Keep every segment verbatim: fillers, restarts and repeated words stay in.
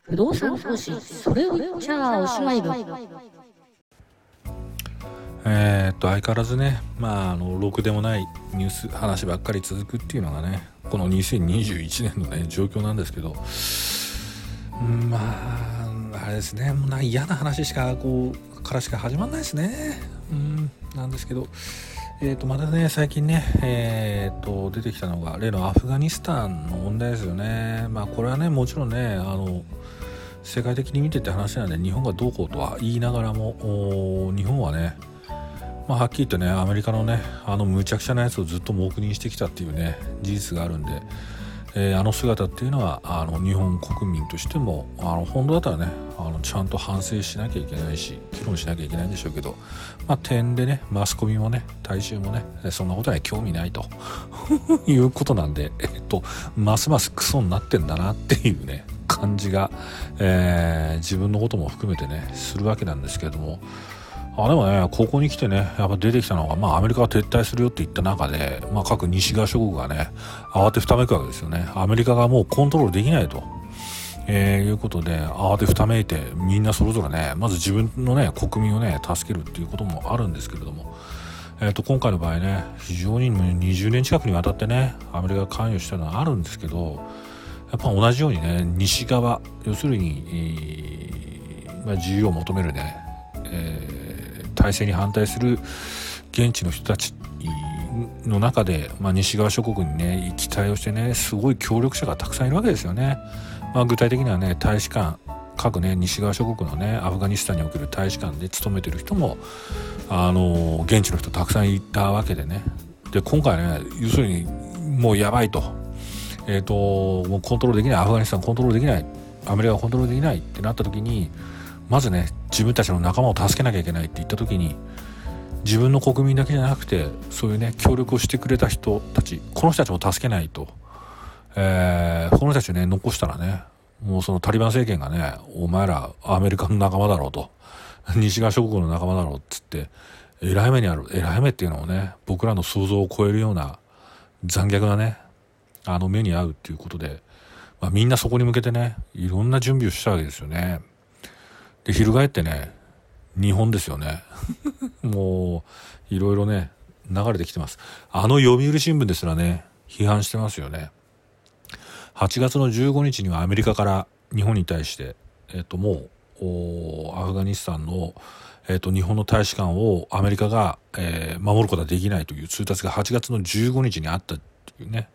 不動産投資、それを言っちゃおしまい部。 えー、っと相変わらずね、まあ、あのろくでもないニュース話ばっかり続くっていうのがね、このにせんにじゅういちねんのね状況なんですけど、うんまああれですね、もうな嫌な話しかこうからしか始まんないですね。うんなんですけど、えー、とまたね最近ね、えー、と出てきたのが例のアフガニスタンの問題ですよね。まあこれはねもちろんねあの世界的に見てって話なんで日本がどうこうとは言いながらも、日本はねまあ、はっきり言ってねアメリカのねあの無茶苦茶なやつをずっと黙認してきたっていうね事実があるんで、えー、あの姿っていうのはあの日本国民としてもあの本当だったらねあのちゃんと反省しなきゃいけないし議論しなきゃいけないんでしょうけど、まあ、点でねマスコミもね大衆もねそんなことには興味ないということなんで、えっとますますクソになってんだなっていうね感じが、えー、自分のことも含めてねするわけなんですけれども、あでもねここに来てねやっぱ出てきたのが、まあ、アメリカが撤退するよって言った中で、まあ、各西側諸国がね慌てふためくわけですよね。アメリカがもうコントロールできないと、えー、いうことで慌てふためいてみんなそれぞれねまず自分のね国民をね助けるっていうこともあるんですけれども、えー、と今回の場合ね非常ににじゅうねん近くにわたってねアメリカが関与したのはあるんですけど、やっぱ同じようにね西側要するに、えーまあ、自由を求めるね、えー体制に反対する現地の人たちの中で、まあ、西側諸国にね期待をしてねすごい協力者がたくさんいるわけですよね。まあ、具体的にはね大使館各ね西側諸国のねアフガニスタンにおける大使館で勤めてる人もあの現地の人たくさんいたわけでね、で今回ね要するにもうやばいと、えーともうコントロールできない、アフガニスタンコントロールできない、アメリカがコントロールできないってなった時にまずね自分たちの仲間を助けなきゃいけないって言った時に自分の国民だけじゃなくてそういうね協力をしてくれた人たちこの人たちも助けないと、えー、この人たちをね残したらねもうそのタリバン政権がねお前らアメリカの仲間だろうと西側諸国の仲間だろうっつってえらい目にある、えらい目っていうのをね僕らの想像を超えるような残虐なねあの目に遭うっていうことで、まあ、みんなそこに向けてねいろんな準備をしたわけですよね。で翻ってね日本ですよねもういろいろね流れてきてます。あの読売新聞ですらね批判してますよね。はちがつのじゅうごにちにはアメリカから日本に対してえっともうアフガニスタンのえっと日本の大使館をアメリカが、えー、守ることはできないという通達がはちがつのじゅうごにちにあったというね、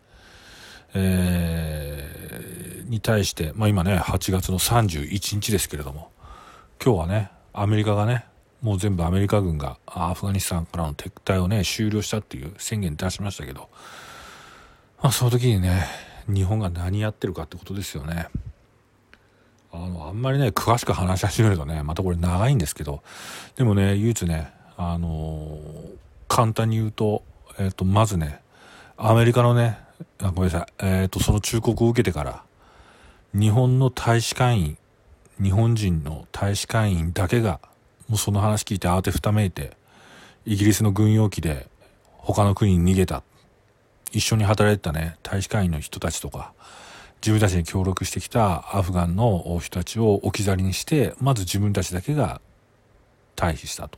えー、に対して、まあ、今ねはちがつのさんじゅういちにちですけれども、今日はねアメリカがねもう全部アメリカ軍がアフガニスタンからの撤退をね終了したっていう宣言出しましたけど、まあ、その時にね日本が何やってるかってことですよね。あのあんまりね詳しく話し始めるとねまたこれ長いんですけど、でもね唯一ねあのー、簡単に言うと、えーとまずねアメリカのねあごめんなさい、えーとその忠告を受けてから日本の大使館員日本人の大使館員だけがもうその話聞いて慌てふためいてイギリスの軍用機で他の国に逃げた、一緒に働いてたね大使館員の人たちとか自分たちに協力してきたアフガンの人たちを置き去りにしてまず自分たちだけが退避した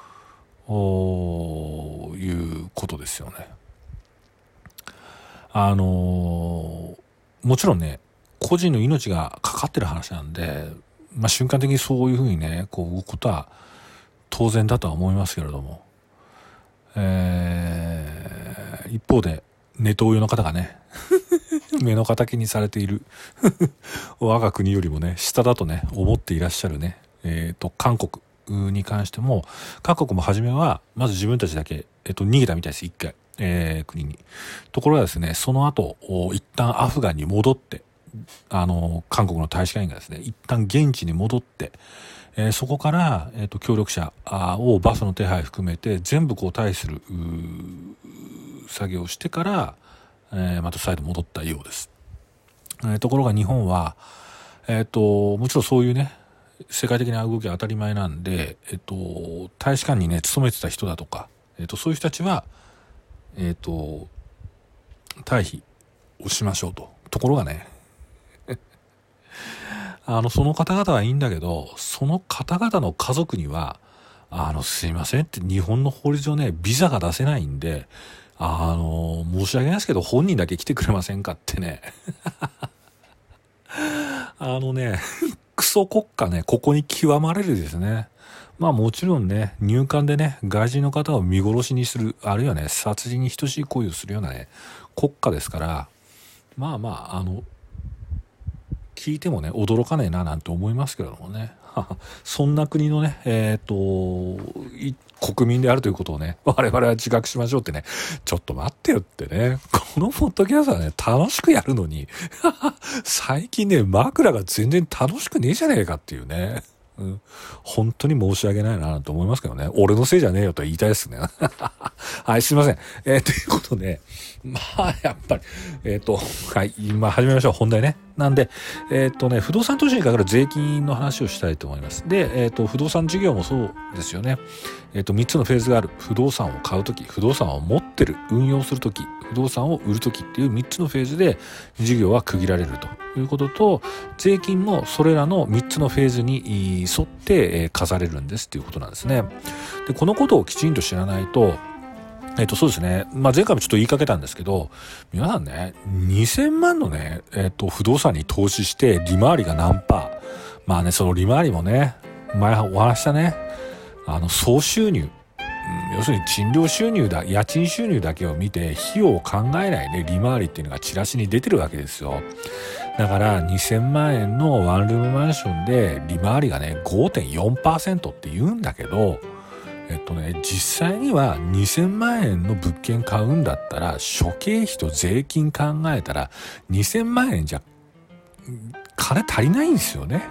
ということですよね。あのー、もちろんね個人の命がかかってる話なんで、まあ、瞬間的にそういうふうにねこう動くことは当然だとは思いますけれども、えー、一方でネトウヨの方がね目の敵にされている我が国よりもね下だとね思っていらっしゃるね、えー、と韓国に関しても韓国も初めはまず自分たちだけ、えー、と逃げたみたいです一回、えー、国に。ところがですねその後一旦アフガンに戻ってあの韓国の大使館員がですね一旦現地に戻って、えー、そこから、えー、と協力者をバスの手配含めて全部こう退避する作業をしてから、えー、また再度戻ったようです。えー、ところが日本は、えー、ともちろんそういうね世界的な動きは当たり前なんで、えー、と大使館にね勤めてた人だとか、えー、とそういう人たちは、えー、と退避をしましょうと。ところがねあのその方々はいいんだけど、その方々の家族にはあのすいませんって、日本の法律上ねビザが出せないんで、あの申し訳ないですけど本人だけ来てくれませんかってねあのねクソ国家ね、ここに極まれるですね。まあもちろんね、入管でね外人の方を見殺しにする、あるいはね殺人に等しい行為をするようなね国家ですから、まあまああの聞いてもね驚かねえななんて思いますけれどもねそんな国のねえっ、と国民であるということをね我々は自覚しましょうってね。ちょっと待ってよってね、このポッドキャストはね楽しくやるのに最近ね枕が全然楽しくねえじゃねえかっていうね、うん、本当に申し訳ないなと思いますけどね。俺のせいじゃねえよと言いたいですねはい、すいません。えー、ということで、まあやっぱりえっ、ー、とはい今始めましょう、本題ね。なんでえっ、ー、とね不動産投資にかかる税金の話をしたいと思います。でえっ、ー、と不動産事業もそうですよね。えっ、とみっつのフェーズがある。不動産を買うとき、不動産を持ってる、運用するとき、不動産を売るときっていうみっつのフェーズで事業は区切られるということと、税金もそれらのみっつのフェーズに沿って課されるんですっていうことなんですね。でこのことをきちんと知らないと、えっとそうですね、まあ、前回もちょっと言いかけたんですけど、皆さんねにせんまんのね、えっと不動産に投資して利回りが何パー、まあねその利回りもね前お話したね、あの総収入、うん、要するに賃料収入だ、家賃収入だけを見て費用を考えないね利回りっていうのがチラシに出てるわけですよ。だからにせんまんえんのワンルームマンションで利回りがね ごてんよんパーセント って言うんだけど、えっとね実際にはにせんまんえんの物件買うんだったら諸経費と税金考えたらにせんまんえんじゃ金足りないんですよね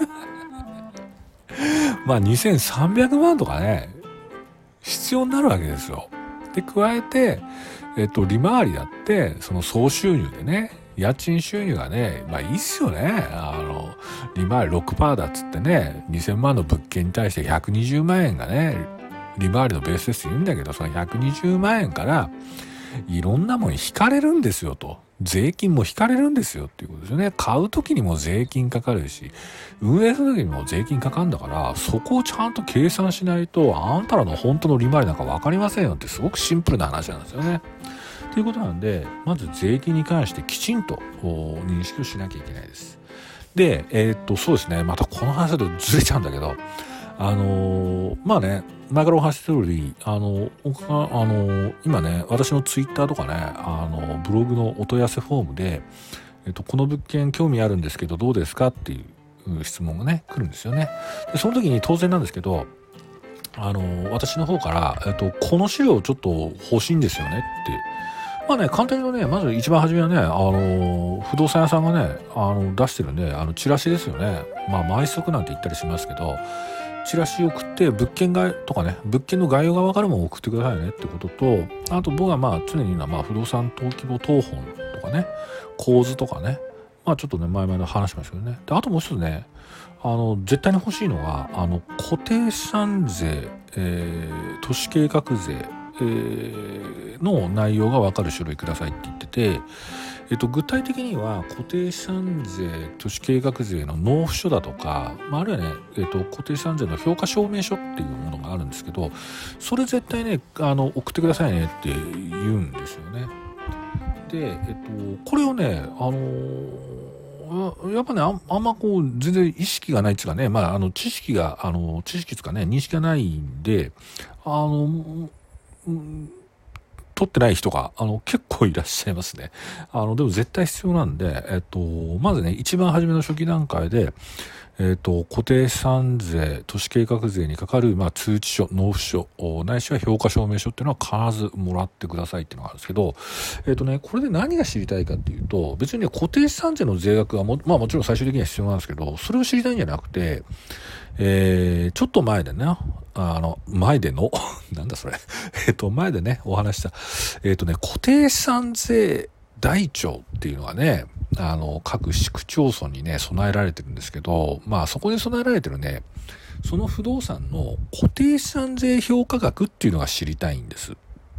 まあにせんさんびゃくまんとかね必要になるわけですよ。で加えてえっと利回りだってその総収入でね、家賃収入がねまあいいっすよね。あの利回り ろくパーセント だっつってね、にせんまんの物件に対してひゃくにじゅうまんえんがね利回りのベースですって言うんだけど、そのひゃくにじゅうまんえんからいろんなもん引かれるんですよと。税金も引かれるんですよっていうことですよね。買う時にも税金かかるし、運営する時にも税金かかるんだから、そこをちゃんと計算しないとあんたらの本当の利回りなんか分かりませんよって、すごくシンプルな話なんですよね。ということなんで、まず税金に関してきちんと認識をしなきゃいけないです。でえー、っとそうですね、またこの話だとずれちゃうんだけど、あのー、まあね前からお話ししてる通り、あのあの今ね私のツイッターとかね、あのブログのお問い合わせフォームで、えっと、この物件興味あるんですけどどうですかっていう質問がね来るんですよね。でその時に当然なんですけど、あの私の方から、えっと、この資料ちょっと欲しいんですよねって、まあね簡単に言うとね、まず一番初めはね、あの不動産屋さんがねあの出してるねあのチラシですよね。まあ枚数なんて言ったりしますけど、チラシを送って物件概とかね、物件の概要が分かるものを送ってくださいねってことと、あと僕はまあ常に言うのはまあ不動産登記簿謄本とかね、構図とかね、まあちょっとね前々の話しましたけどね。であともう一つね、あの絶対に欲しいのがあの固定資産税、えー、都市計画税、えー、の内容が分かる書類くださいって言ってて、えっと、具体的には固定資産税、都市計画税の納付書だとか、まあ、あるいはね、えっと、固定資産税の評価証明書っていうものがあるんですけど、それ絶対ねあの送ってくださいねって言うんですよね。で、えっと、これをねあのやっぱね あ, あんまこう全然意識がないっていうかね、まあ、あの知識があの知識つかね認識がないんで、あの、うん取ってない人があの結構いらっしゃいますね。あのでも絶対必要なんで、えっと、まずね一番初めの初期段階で、えっと、固定資産税、都市計画税にかかる、まあ、通知書、納付書ないしは評価証明書っていうのは必ずもらってくださいっていうのがあるんですけど、えっとねこれで何が知りたいかっていうと、別にね固定資産税の税額はも、まあ、もちろん最終的には必要なんですけど、それを知りたいんじゃなくて、えー、ちょっと前でね、あの、前での、なんだそれ、えっと、前でね、お話した、えっとね、固定資産税台帳っていうのがね、あの、各市区町村にね、備えられてるんですけど、まあ、そこで備えられてるね、その不動産の固定資産税評価額っていうのが知りたいんです。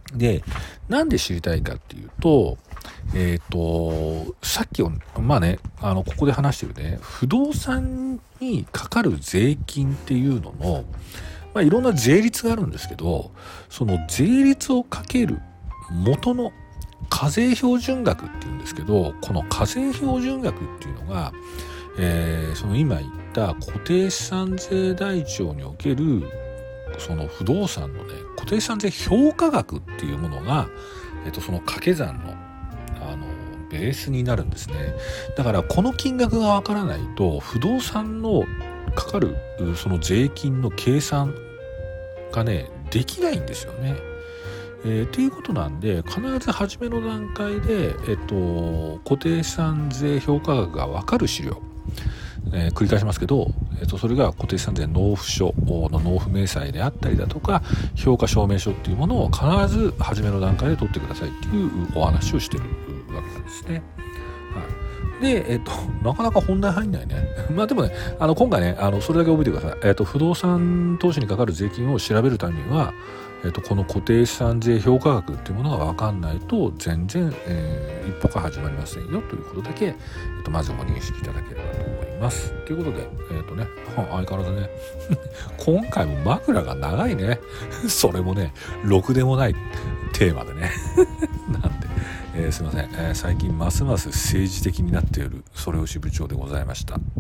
で、なんで知りたいかっていうと、えっと、さっき、まあね、あの、ここで話してるね、不動産にかかる税金っていうのの、まあ、いろんな税率があるんですけど、その税率をかける元の課税標準額っていうんですけど、この課税標準額っていうのが、えー、その今言った固定資産税台帳におけるその不動産のね固定資産税評価額っていうものが、えっと、その掛け算のあのベースになるんですね。だからこの金額がわからないと不動産のかかるその税金の計算がねできないんですよね。えー、っていうことなんで必ず初めの段階で、えっと、固定資産税評価額が分かる資料、えー、繰り返しますけど、えっと、それが固定資産税納付書の納付明細であったりだとか評価証明書っていうものを必ず初めの段階で取ってくださいっていうお話をしてるわけなんですね。はい、で、えっと、なかなか本題入んないね。まあでもね、あの今回ね、あのそれだけ覚えてください。えっと、不動産投資にかかる税金を調べるためには、えっと、この固定資産税評価額っていうものが分かんないと全然、えー、一歩が始まりませんよということだけ、えっと、まずご認識いただければと思います。ということで、えっとね、相変わらずね今回も枕が長いねそれもねろくでもないテーマでねなんで、えー、すいません、えー、最近ますます政治的になっているそれを支部長でございました。